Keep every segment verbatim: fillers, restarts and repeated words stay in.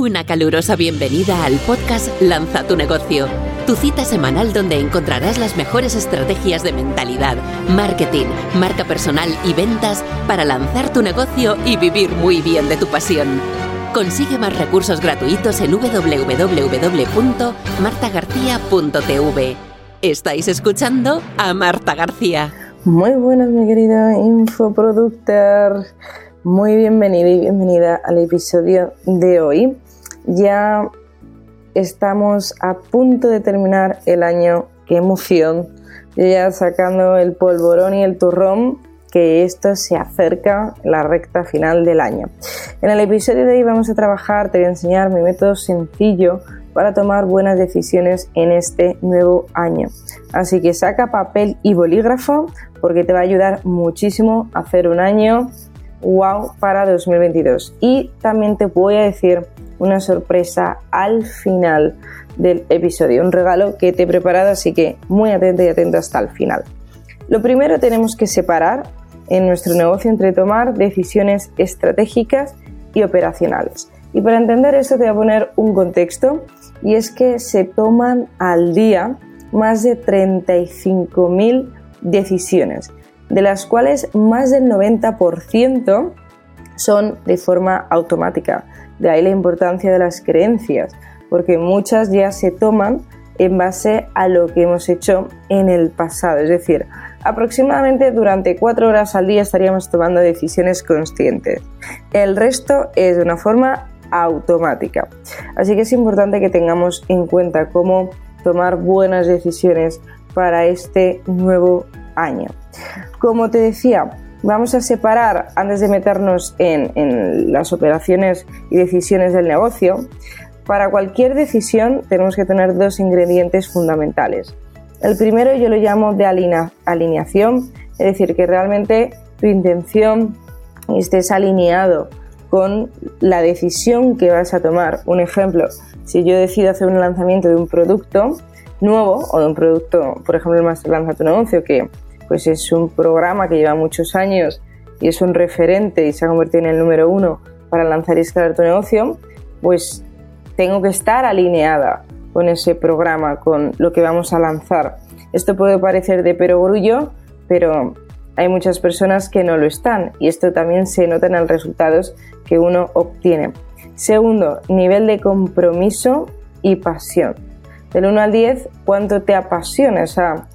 Una calurosa bienvenida al podcast Lanza tu negocio, tu cita semanal donde encontrarás las mejores estrategias de mentalidad, marketing, marca personal y ventas para lanzar tu negocio y vivir muy bien de tu pasión. Consigue más recursos gratuitos en doble u doble u doble u punto marta garcía punto t v. ¿Estáis escuchando a Marta García? Muy buenas, mi querido infoproductor. Muy bienvenido y bienvenida al episodio de hoy. Ya estamos a punto de terminar el año. ¡Qué emoción! Yo ya sacando el polvorón y el turrón, que esto se acerca la recta final del año. En el episodio de hoy vamos a trabajar, te voy a enseñar mi método sencillo para tomar buenas decisiones en este nuevo año. Así que saca papel y bolígrafo porque te va a ayudar muchísimo a hacer un año wow para dos mil veintidós. Y también te voy a decir una sorpresa al final del episodio, un regalo que te he preparado, así que muy atento y atento hasta el final. Lo primero, tenemos que separar en nuestro negocio entre tomar decisiones estratégicas y operacionales. Y para entender esto te voy a poner un contexto, y es que se toman al día más de treinta y cinco mil decisiones, de las cuales más del noventa por ciento son de forma automática. De ahí la importancia de las creencias, porque muchas ya se toman en base a lo que hemos hecho en el pasado. Es decir, aproximadamente durante cuatro horas al día estaríamos tomando decisiones conscientes. El resto es de una forma automática. Así que es importante que tengamos en cuenta cómo tomar buenas decisiones para este nuevo año. Como te decía, vamos a separar, antes de meternos en, en las operaciones y decisiones del negocio. Para cualquier decisión tenemos que tener dos ingredientes fundamentales. El primero yo lo llamo de alinea, alineación, es decir, que realmente tu intención estés alineado con la decisión que vas a tomar. Un ejemplo, si yo decido hacer un lanzamiento de un producto nuevo o de un producto, por ejemplo, el Master Lanza tu negocio, que pues es un programa que lleva muchos años y es un referente y se ha convertido en el número uno para lanzar y escalar tu negocio, pues tengo que estar alineada con ese programa, con lo que vamos a lanzar. Esto puede parecer de perogrullo, pero hay muchas personas que no lo están y esto también se nota en los resultados que uno obtiene. Segundo, nivel de compromiso y pasión. Del uno al diez, ¿cuánto te apasiona esa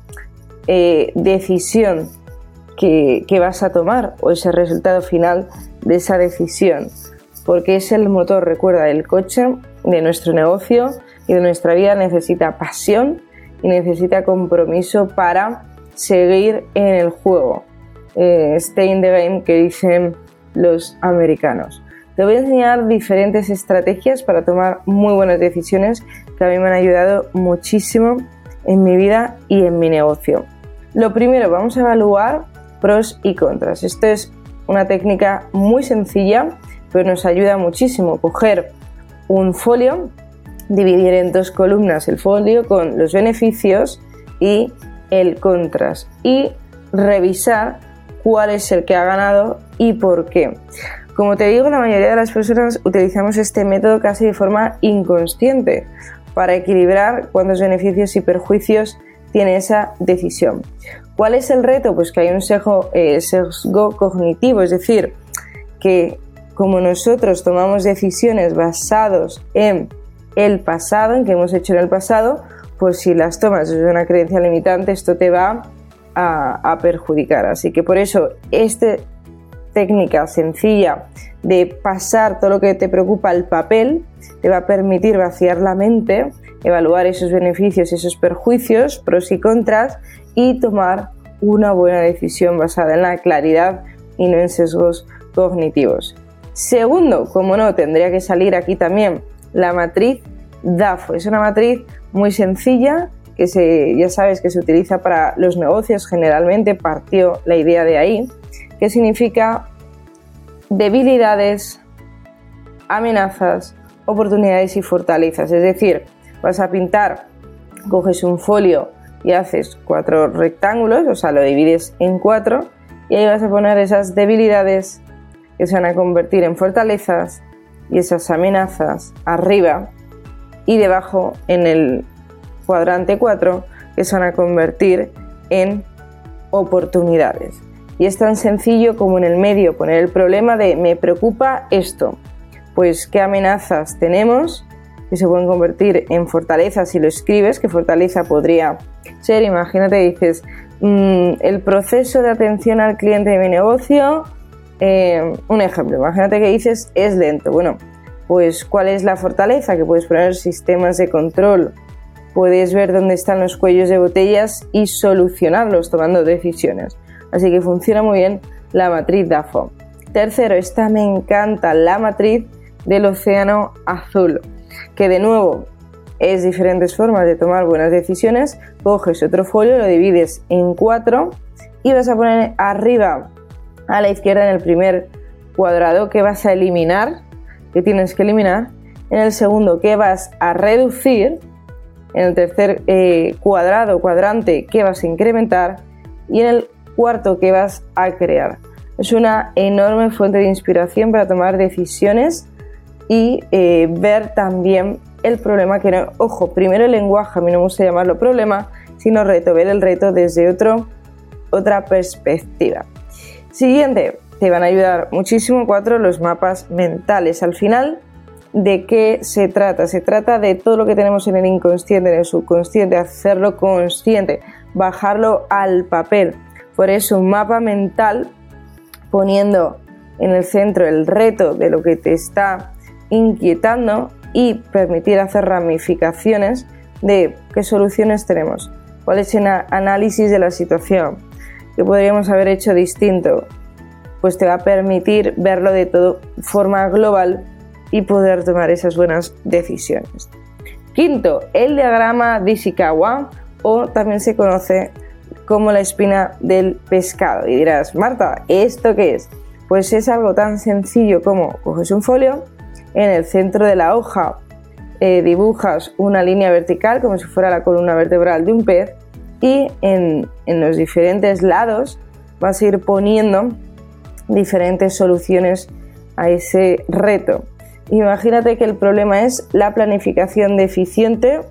eh, decisión que, que vas a tomar o ese resultado final de esa decisión? Porque es el motor, recuerda, el coche de nuestro negocio y de nuestra vida. Necesita pasión y necesita compromiso para seguir en el juego. Eh, stay in the game, que dicen los americanos. Te voy a enseñar diferentes estrategias para tomar muy buenas decisiones que a mí me han ayudado muchísimo en mi vida y en mi negocio. Lo primero, vamos a evaluar pros y contras. Esto es una técnica muy sencilla, pero nos ayuda muchísimo. Coger un folio, dividir en dos columnas el folio con los beneficios y el contras y revisar cuál es el que ha ganado y por qué. Como te digo, la mayoría de las personas utilizamos este método casi de forma inconsciente para equilibrar cuántos beneficios y perjuicios tiene esa decisión. ¿Cuál es el reto? Pues que hay un sesgo, eh, sesgo cognitivo, es decir, que como nosotros tomamos decisiones basadas en el pasado, en que hemos hecho en el pasado, pues si las tomas desde una creencia limitante, esto te va a, a perjudicar. Así que por eso esta técnica sencilla de pasar todo lo que te preocupa al papel te va a permitir vaciar la mente, evaluar esos beneficios y esos perjuicios, pros y contras, y tomar una buena decisión basada en la claridad y no en sesgos cognitivos. Segundo, como no, tendría que salir aquí también la matriz D A F O. Es una matriz muy sencilla que se, ya sabes que se utiliza para los negocios, generalmente partió la idea de ahí, que significa debilidades, amenazas, oportunidades y fortalezas. Es decir, vas a pintar, coges un folio y haces cuatro rectángulos, o sea, lo divides en cuatro y ahí vas a poner esas debilidades que se van a convertir en fortalezas y esas amenazas arriba, y debajo en el cuadrante cuatro, que se van a convertir en oportunidades. Y es tan sencillo como en el medio poner el problema de me preocupa esto. Pues qué amenazas tenemos que se pueden convertir en fortalezas si lo escribes. ¿Qué fortaleza podría ser? Imagínate que dices mmm, el proceso de atención al cliente de mi negocio, eh, un ejemplo, imagínate que dices es lento. Bueno, pues ¿cuál es la fortaleza? Que puedes poner sistemas de control, puedes ver dónde están los cuellos de botellas y solucionarlos tomando decisiones. Así que funciona muy bien la matriz D A F O. Tercero, esta me encanta, la matriz del océano azul, que de nuevo es diferentes formas de tomar buenas decisiones. Coges otro folio, lo divides en cuatro y vas a poner arriba a la izquierda en el primer cuadrado que vas a eliminar, que tienes que eliminar, en el segundo que vas a reducir, en el tercer eh, cuadrado, cuadrante que vas a incrementar y en el cuarto que vas a crear. Es una enorme fuente de inspiración para tomar decisiones y eh, ver también el problema que no, ojo, primero el lenguaje, a mí no me gusta llamarlo problema, sino reto, ver el reto desde otro, otra perspectiva. Siguiente, te van a ayudar muchísimo cuatro, los mapas mentales. Al final, ¿de qué se trata? Se trata de todo lo que tenemos en el inconsciente, en el subconsciente, hacerlo consciente, bajarlo al papel. Por eso un mapa mental, poniendo en el centro el reto de lo que te está inquietando y permitir hacer ramificaciones de qué soluciones tenemos, cuál es el análisis de la situación, qué podríamos haber hecho distinto, pues te va a permitir verlo de todo forma global y poder tomar esas buenas decisiones. Quinto, el diagrama de Ishikawa, o también se conoce como la espina del pescado. Y dirás, Marta, ¿esto qué es? Pues es algo tan sencillo como coges un folio, en el centro de la hoja eh, dibujas una línea vertical como si fuera la columna vertebral de un pez y en, en los diferentes lados vas a ir poniendo diferentes soluciones a ese reto. Imagínate que el problema es la planificación deficiente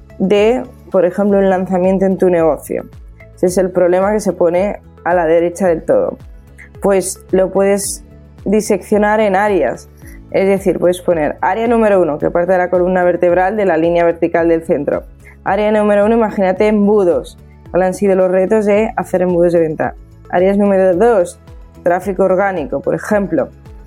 de, por ejemplo, un lanzamiento en tu negocio. Ese es el problema que se pone a la derecha del todo. Pues lo puedes diseccionar en áreas. Es decir, puedes poner área número uno, que parte de la columna vertebral de la línea vertical del centro. Área número uno, imagínate embudos. ¿Cuáles han sido los retos de hacer embudos de venta? Áreas número dos, tráfico orgánico, por ejemplo,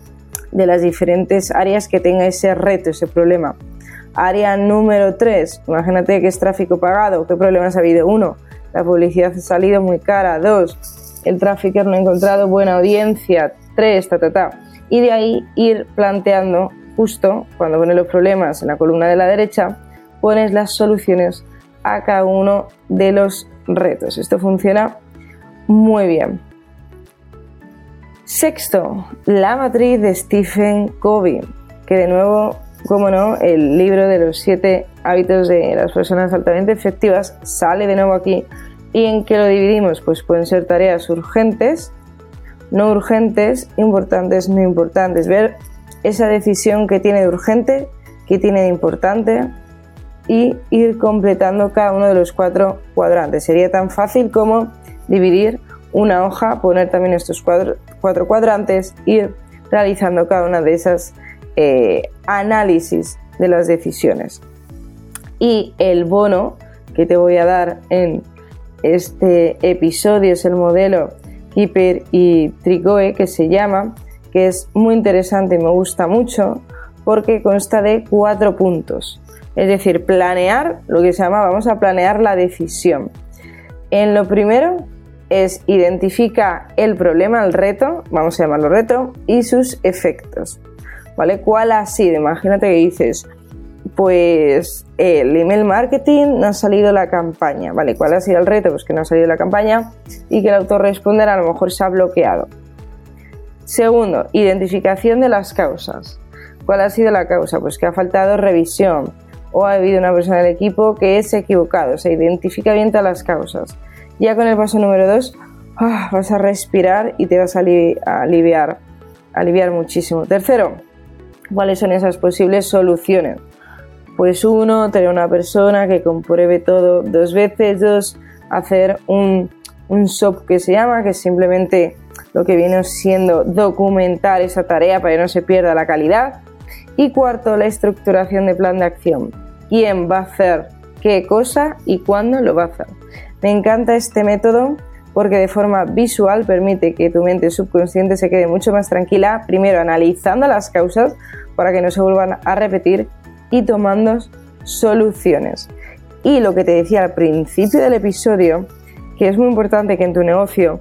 de las diferentes áreas que tenga ese reto, ese problema. Área número tres, imagínate que es tráfico pagado. ¿Qué problemas ha habido? Uno, la publicidad ha salido muy cara. Dos, el tráfico no ha encontrado buena audiencia. Tres, ta, ta, ta. Y de ahí ir planteando, justo cuando pones los problemas en la columna de la derecha, pones las soluciones a cada uno de los retos. Esto funciona muy bien. Sexto, la matriz de Stephen Covey, que de nuevo, como no, el libro de los siete hábitos de las personas altamente efectivas sale de nuevo aquí. ¿Y en qué lo dividimos? Pues pueden ser tareas urgentes, no urgentes, importantes, no importantes. Ver esa decisión que tiene de urgente, que tiene de importante y ir completando cada uno de los cuatro cuadrantes. Sería tan fácil como dividir una hoja, poner también estos cuatro, cuatro cuadrantes, ir realizando cada una de esas eh, análisis de las decisiones. Y el bono que te voy a dar en este episodio es el modelo Keeper y Tricoe, que se llama, que es muy interesante y me gusta mucho porque consta de cuatro puntos. Es decir, planear, lo que se llama, vamos a planear la decisión. En lo primero es identifica el problema, el reto, vamos a llamarlo reto, y sus efectos. ¿Vale? ¿Cuál ha sido? Imagínate que dices, pues el email marketing no ha salido la campaña. ¿Vale? ¿Cuál ha sido el reto? Pues que no ha salido la campaña y que el autorresponder a lo mejor se ha bloqueado. Segundo, identificación de las causas. ¿Cuál ha sido la causa? Pues que ha faltado revisión o ha habido una persona del equipo que se ha equivocado. Se identifica bien todas las causas. Ya con el paso número dos, oh, vas a respirar y te vas a aliviar, aliviar muchísimo. Tercero, ¿Cuáles son esas posibles soluciones? Pues uno, tener una persona que compruebe todo dos veces. Dos, hacer un, un S O P que se llama, que es simplemente lo que viene siendo documentar esa tarea para que no se pierda la calidad. Y cuarto, la estructuración de plan de acción. ¿Quién va a hacer qué cosa y cuándo lo va a hacer? Me encanta este método porque de forma visual permite que tu mente subconsciente se quede mucho más tranquila, primero analizando las causas para que no se vuelvan a repetir y tomando soluciones. Y lo que te decía al principio del episodio, que es muy importante que en tu negocio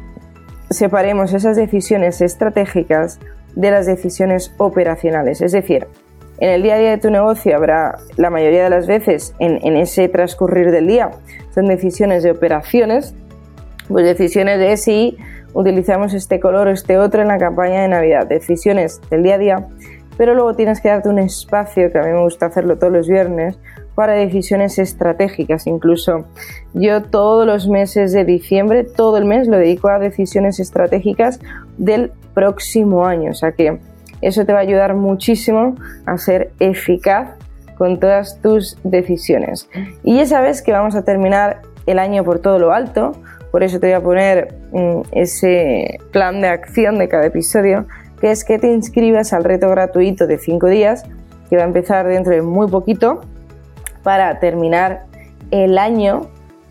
separemos esas decisiones estratégicas de las decisiones operacionales. Es decir, en el día a día de tu negocio habrá, la mayoría de las veces, en, en ese transcurrir del día, son decisiones de operaciones, pues decisiones de si utilizamos este color o este otro en la campaña de Navidad, decisiones del día a día, pero luego tienes que darte un espacio, que a mí me gusta hacerlo todos los viernes, para decisiones estratégicas. Incluso yo todos los meses de diciembre, todo el mes lo dedico a decisiones estratégicas del próximo año, o sea que eso te va a ayudar muchísimo a ser eficaz con todas tus decisiones. Y ya sabes que vamos a terminar el año por todo lo alto, por eso te voy a poner mmm, ese plan de acción de cada episodio, que es que te inscribas al reto gratuito de cinco días, que va a empezar dentro de muy poquito, para terminar el año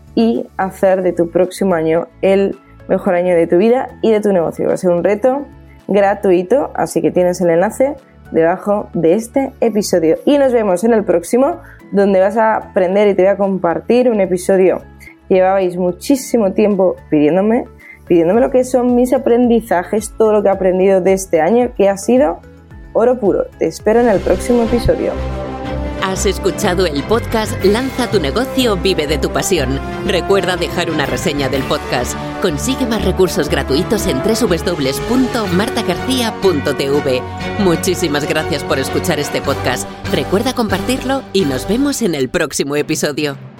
y hacer de tu próximo año el mejor año de tu vida y de tu negocio. Va a ser un reto gratuito, así que tienes el enlace debajo de este episodio. Y nos vemos en el próximo, donde vas a aprender y te voy a compartir un episodio que llevabais muchísimo tiempo pidiéndome, pidiéndome lo que son mis aprendizajes, todo lo que he aprendido de este año, que ha sido oro puro. Te espero en el próximo episodio. Has escuchado el podcast Lanza tu negocio, vive de tu pasión. Recuerda dejar una reseña del podcast. Consigue más recursos gratuitos en doble u doble u doble u punto marta garcía punto t v. Muchísimas gracias por escuchar este podcast. Recuerda compartirlo y nos vemos en el próximo episodio.